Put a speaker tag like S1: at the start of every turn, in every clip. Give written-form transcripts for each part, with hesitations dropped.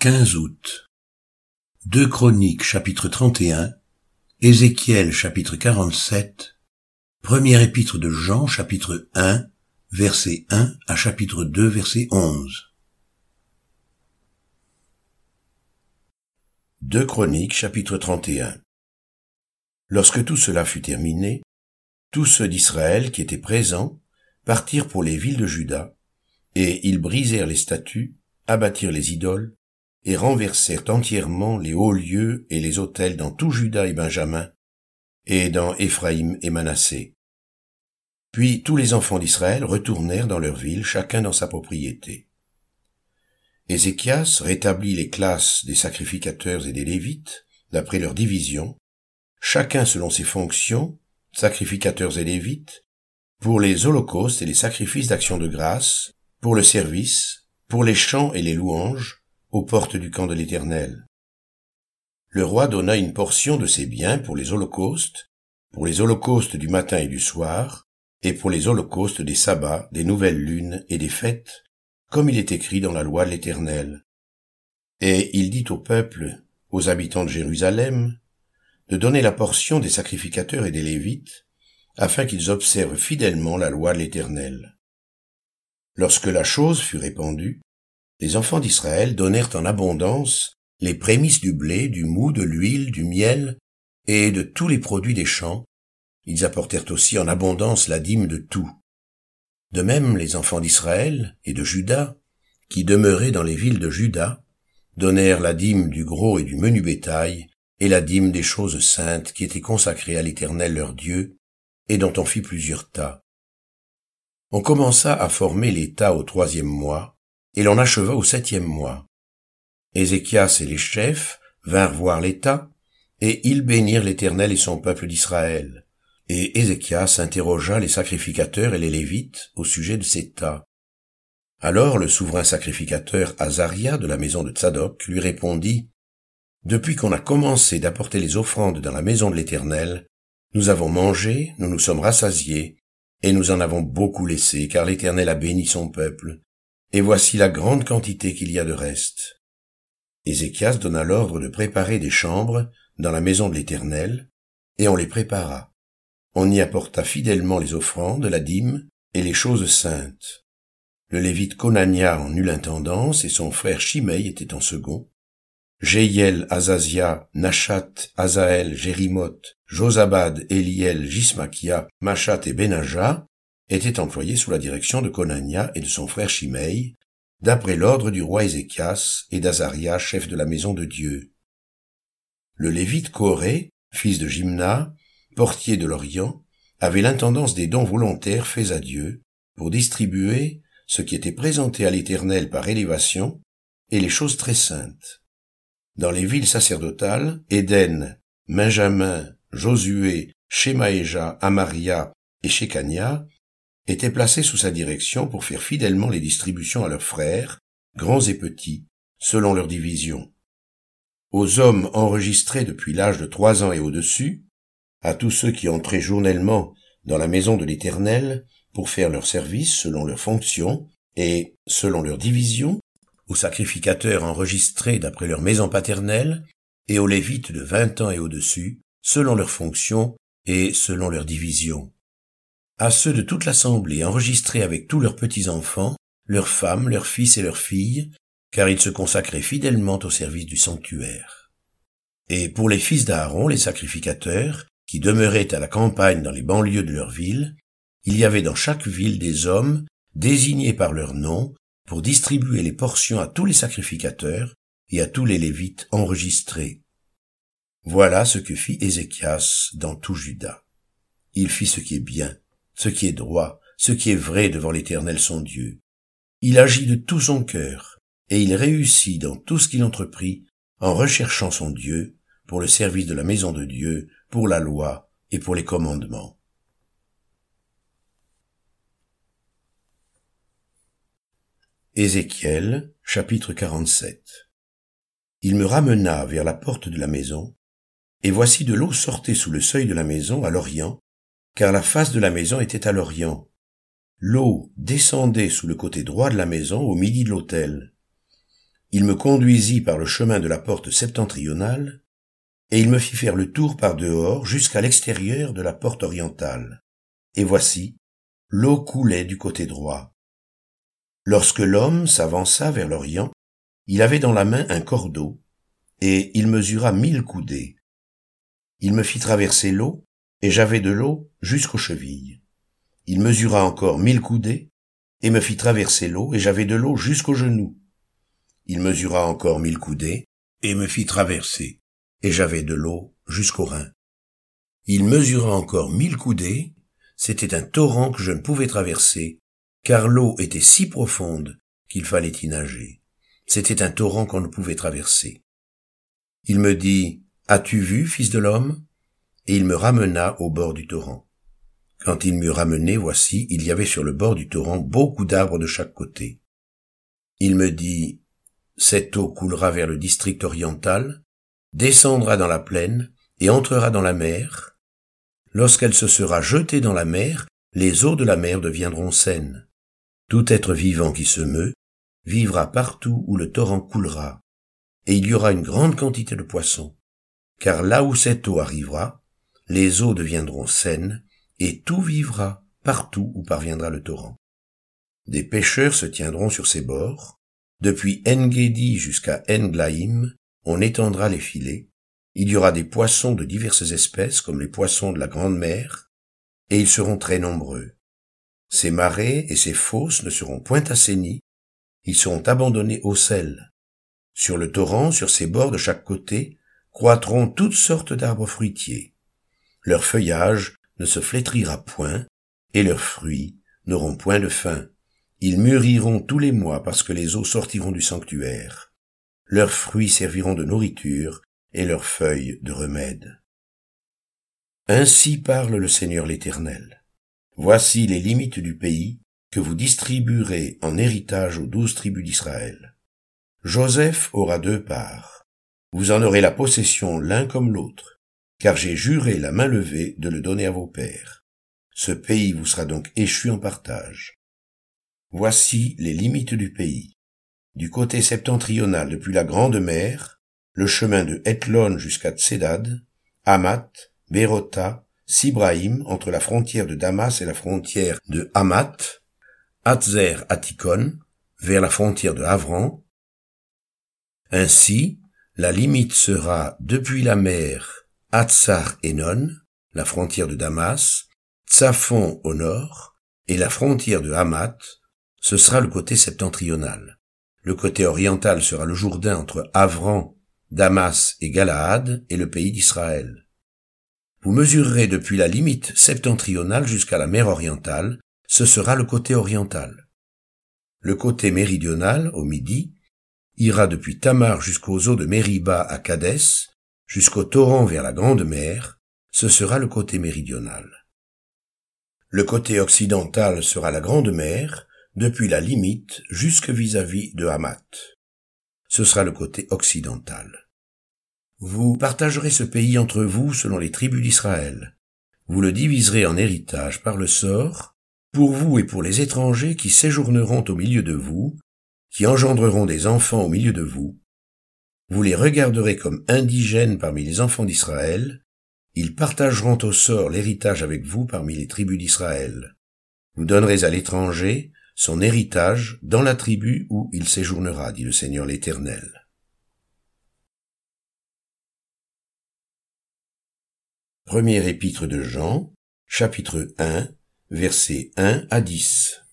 S1: 15 août. 2 Chroniques chapitre 31, Ézéchiel chapitre 47, Première épître de Jean chapitre 1, verset 1 à chapitre 2, verset 11. 2 Chroniques chapitre 31. Lorsque tout cela fut terminé, tous ceux d'Israël qui étaient présents partirent pour les villes de Juda, et ils brisèrent les statues, abattirent les idoles, et renversèrent entièrement les hauts lieux et les autels dans tout Juda et Benjamin, et dans Éphraïm et Manassé. Puis tous les enfants d'Israël retournèrent dans leur ville, chacun dans sa propriété. Ézéchias rétablit les classes des sacrificateurs et des Lévites, d'après leur division, chacun selon ses fonctions, sacrificateurs et Lévites, pour les holocaustes et les sacrifices d'action de grâce, pour le service, pour les chants et les louanges, aux portes du camp de l'Éternel. Le roi donna une portion de ses biens pour les holocaustes du matin et du soir, et pour les holocaustes des sabbats, des nouvelles lunes et des fêtes, comme il est écrit dans la loi de l'Éternel. Et il dit au peuple, aux habitants de Jérusalem, de donner la portion des sacrificateurs et des Lévites, afin qu'ils observent fidèlement la loi de l'Éternel. Lorsque la chose fut répandue, les enfants d'Israël donnèrent en abondance les prémices du blé, du moût, de l'huile, du miel et de tous les produits des champs. Ils apportèrent aussi en abondance la dîme de tout. De même, les enfants d'Israël et de Juda, qui demeuraient dans les villes de Juda, donnèrent la dîme du gros et du menu bétail et la dîme des choses saintes qui étaient consacrées à l'Éternel leur Dieu et dont on fit plusieurs tas. On commença à former les tas au 3e mois, et l'on acheva au 7e mois. Ézéchias et les chefs vinrent voir les tas, et ils bénirent l'Éternel et son peuple d'Israël. Et Ézéchias interrogea les sacrificateurs et les Lévites au sujet de ces tas. Alors le souverain sacrificateur Azaria de la maison de Tsadok lui répondit, « Depuis qu'on a commencé d'apporter les offrandes dans la maison de l'Éternel, nous avons mangé, nous nous sommes rassasiés, et nous en avons beaucoup laissé, car l'Éternel a béni son peuple. Et voici la grande quantité qu'il y a de reste. » Ézéchias donna l'ordre de préparer des chambres dans la maison de l'Éternel, et on les prépara. On y apporta fidèlement les offrandes, la dîme et les choses saintes. Le Lévite Conania en eut l'intendance, et son frère Shimei était en second. Jéhiel, Azazia, Nachat, Azaël, Jérimoth, Josabad, Éliel, Jismakia, Machat et Benaja étaient employés sous la direction de Conania et de son frère Shimei, d'après l'ordre du roi Ézéchias et d'Azaria, chef de la maison de Dieu. Le Lévite Coré, fils de Jimna, portier de l'Orient, avait l'intendance des dons volontaires faits à Dieu, pour distribuer ce qui était présenté à l'Éternel par élévation, et les choses très saintes. Dans les villes sacerdotales, Éden, Benjamin, Josué, Shemaéja, Amaria et Shekania étaient placés sous sa direction pour faire fidèlement les distributions à leurs frères, grands et petits, selon leur division. Aux hommes enregistrés depuis l'âge de 3 ans et au-dessus, à tous ceux qui entraient journellement dans la maison de l'Éternel pour faire leur service selon leurs fonctions et selon leur division, aux sacrificateurs enregistrés d'après leur maison paternelle et aux Lévites de 20 ans et au-dessus, selon leurs fonctions et selon leur division. À ceux de toute l'assemblée enregistrés avec tous leurs petits-enfants, leurs femmes, leurs fils et leurs filles, car ils se consacraient fidèlement au service du sanctuaire. Et pour les fils d'Aaron, les sacrificateurs, qui demeuraient à la campagne dans les banlieues de leur ville, il y avait dans chaque ville des hommes désignés par leur nom pour distribuer les portions à tous les sacrificateurs et à tous les Lévites enregistrés. Voilà ce que fit Ézéchias dans tout Juda. Il fit ce qui est bien, ce qui est droit, ce qui est vrai devant l'Éternel son Dieu. Il agit de tout son cœur, et il réussit dans tout ce qu'il entreprit, en recherchant son Dieu, pour le service de la maison de Dieu, pour la loi et pour les commandements. Ézéchiel, chapitre 47. Il me ramena vers la porte de la maison, et voici de l'eau sortait sous le seuil de la maison à l'orient, car la face de la maison était à l'orient. L'eau descendait sous le côté droit de la maison au midi de l'autel. Il me conduisit par le chemin de la porte septentrionale, et il me fit faire le tour par dehors jusqu'à l'extérieur de la porte orientale. Et voici, l'eau coulait du côté droit. Lorsque l'homme s'avança vers l'Orient, il avait dans la main un cordeau, et il mesura 1000 coudées. Il me fit traverser l'eau, et j'avais de l'eau jusqu'aux chevilles. Il mesura encore 1000 coudées, et me fit traverser l'eau, et j'avais de l'eau jusqu'aux genoux. Il mesura encore 1000 coudées, et me fit traverser, et j'avais de l'eau jusqu'aux reins. Il mesura encore 1000 coudées, c'était un torrent que je ne pouvais traverser, car l'eau était si profonde qu'il fallait y nager. C'était un torrent qu'on ne pouvait traverser. Il me dit, « As-tu vu, fils de l'homme ?» Et il me ramena au bord du torrent. Quand il m'eut ramené, voici, il y avait sur le bord du torrent beaucoup d'arbres de chaque côté. Il me dit, « Cette eau coulera vers le district oriental, descendra dans la plaine et entrera dans la mer. Lorsqu'elle se sera jetée dans la mer, les eaux de la mer deviendront saines. Tout être vivant qui se meut vivra partout où le torrent coulera, et il y aura une grande quantité de poissons, car là où cette eau arrivera, les eaux deviendront saines, et tout vivra partout où parviendra le torrent. Des pêcheurs se tiendront sur ses bords, depuis En-Gedi jusqu'à En-Glaïm, on étendra les filets, il y aura des poissons de diverses espèces comme les poissons de la grande mer, et ils seront très nombreux. Ces marais et ces fosses ne seront point assainis, ils seront abandonnés au sel. Sur le torrent, sur ses bords de chaque côté, croîtront toutes sortes d'arbres fruitiers. Leur feuillage ne se flétrira point, et leurs fruits n'auront point de fin. Ils mûriront tous les mois parce que les eaux sortiront du sanctuaire. Leurs fruits serviront de nourriture, et leurs feuilles de remède. Ainsi parle le Seigneur l'Éternel. Voici les limites du pays que vous distribuerez en héritage aux 12 tribus d'Israël. Joseph aura 2 parts. Vous en aurez la possession l'un comme l'autre, car j'ai juré la main levée de le donner à vos pères. Ce pays vous sera donc échu en partage. Voici les limites du pays. Du côté septentrional depuis la Grande Mer, le chemin de Hethlon jusqu'à Tsedad, Hamath, Bérota, Sibraïm, entre la frontière de Damas et la frontière de Hamath, Hatzer Hatikon, vers la frontière de Havran. Ainsi, la limite sera depuis la mer Hatzar Enon, la frontière de Damas, Tsafon au nord, et la frontière de Hamath, ce sera le côté septentrional. Le côté oriental sera le Jourdain entre Havran, Damas et Galaad et le pays d'Israël. Vous mesurerez depuis la limite septentrionale jusqu'à la mer orientale, ce sera le côté oriental. Le côté méridional, au midi, ira depuis Tamar jusqu'aux eaux de Mériba à Kadès, jusqu'au torrent vers la Grande Mer, ce sera le côté méridional. Le côté occidental sera la Grande Mer, depuis la limite jusque vis-à-vis de Hamath. Ce sera le côté occidental. Vous partagerez ce pays entre vous selon les tribus d'Israël. Vous le diviserez en héritage par le sort, pour vous et pour les étrangers qui séjourneront au milieu de vous, qui engendreront des enfants au milieu de vous. Vous les regarderez comme indigènes parmi les enfants d'Israël. Ils partageront au sort l'héritage avec vous parmi les tribus d'Israël. Vous donnerez à l'étranger son héritage dans la tribu où il séjournera, dit le Seigneur l'Éternel. Première épître de Jean, chapitre 1, versets 1 à 10.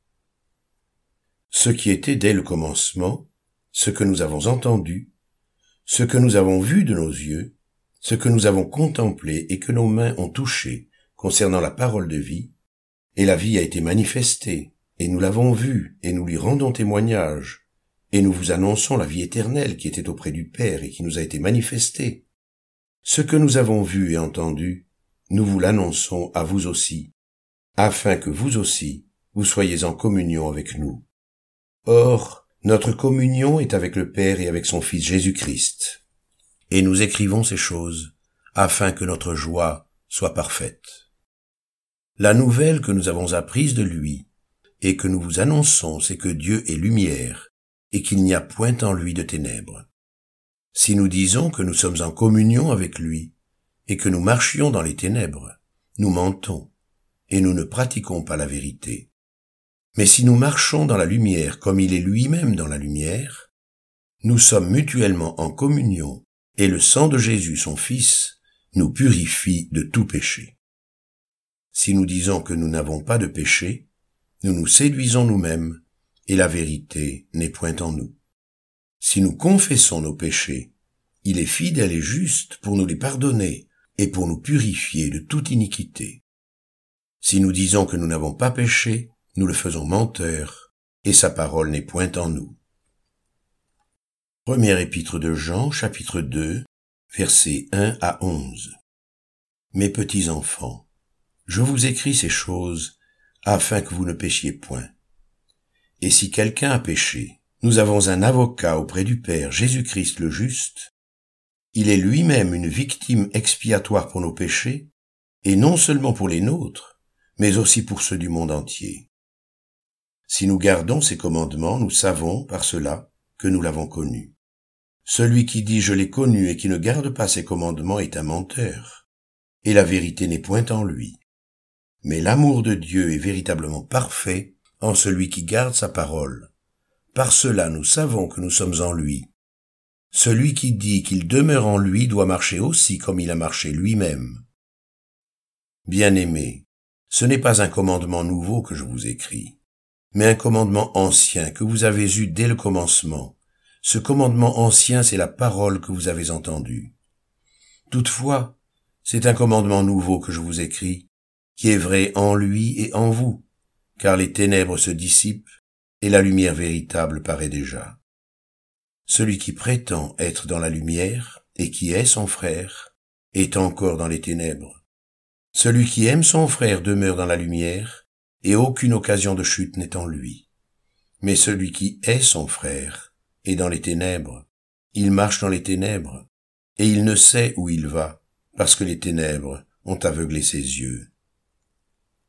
S1: Ce qui était dès le commencement, ce que nous avons entendu, ce que nous avons vu de nos yeux, ce que nous avons contemplé et que nos mains ont touché concernant la parole de vie, et la vie a été manifestée, et nous l'avons vue, et nous lui rendons témoignage, et nous vous annonçons la vie éternelle qui était auprès du Père et qui nous a été manifestée. Ce que nous avons vu et entendu, nous vous l'annonçons à vous aussi, afin que vous aussi, vous soyez en communion avec nous. Or, notre communion est avec le Père et avec son Fils Jésus-Christ. Et nous écrivons ces choses, afin que notre joie soit parfaite. La nouvelle que nous avons apprise de lui, et que nous vous annonçons, c'est que Dieu est lumière, et qu'il n'y a point en lui de ténèbres. Si nous disons que nous sommes en communion avec lui, et que nous marchions dans les ténèbres, nous mentons, et nous ne pratiquons pas la vérité. Mais si nous marchons dans la lumière comme il est lui-même dans la lumière, nous sommes mutuellement en communion, et le sang de Jésus, son Fils, nous purifie de tout péché. Si nous disons que nous n'avons pas de péché, nous nous séduisons nous-mêmes, et la vérité n'est point en nous. Si nous confessons nos péchés, il est fidèle et juste pour nous les pardonner et pour nous purifier de toute iniquité. Si nous disons que nous n'avons pas péché, nous le faisons menteur, et sa parole n'est point en nous. Première épître de Jean, chapitre 2, versets 1 à 11. Mes petits enfants, je vous écris ces choses afin que vous ne péchiez point. Et si quelqu'un a péché, nous avons un avocat auprès du Père, Jésus-Christ le juste. Il est lui-même une victime expiatoire pour nos péchés, et non seulement pour les nôtres, mais aussi pour ceux du monde entier. Si nous gardons ses commandements, nous savons, par cela, que nous l'avons connu. Celui qui dit « je l'ai connu » et qui ne garde pas ses commandements est un menteur, et la vérité n'est point en lui. Mais l'amour de Dieu est véritablement parfait en celui qui garde sa parole. Par cela nous savons que nous sommes en lui. Celui qui dit qu'il demeure en lui doit marcher aussi comme il a marché lui-même. Bien-aimés, ce n'est pas un commandement nouveau que je vous écris, mais un commandement ancien que vous avez eu dès le commencement. Ce commandement ancien, c'est la parole que vous avez entendue. Toutefois, c'est un commandement nouveau que je vous écris, qui est vrai en lui et en vous, car les ténèbres se dissipent et la lumière véritable paraît déjà. Celui qui prétend être dans la lumière et qui est son frère est encore dans les ténèbres. Celui qui aime son frère demeure dans la lumière et aucune occasion de chute n'est en lui. Mais celui qui est son frère est dans les ténèbres. Il marche dans les ténèbres et il ne sait où il va parce que les ténèbres ont aveuglé ses yeux.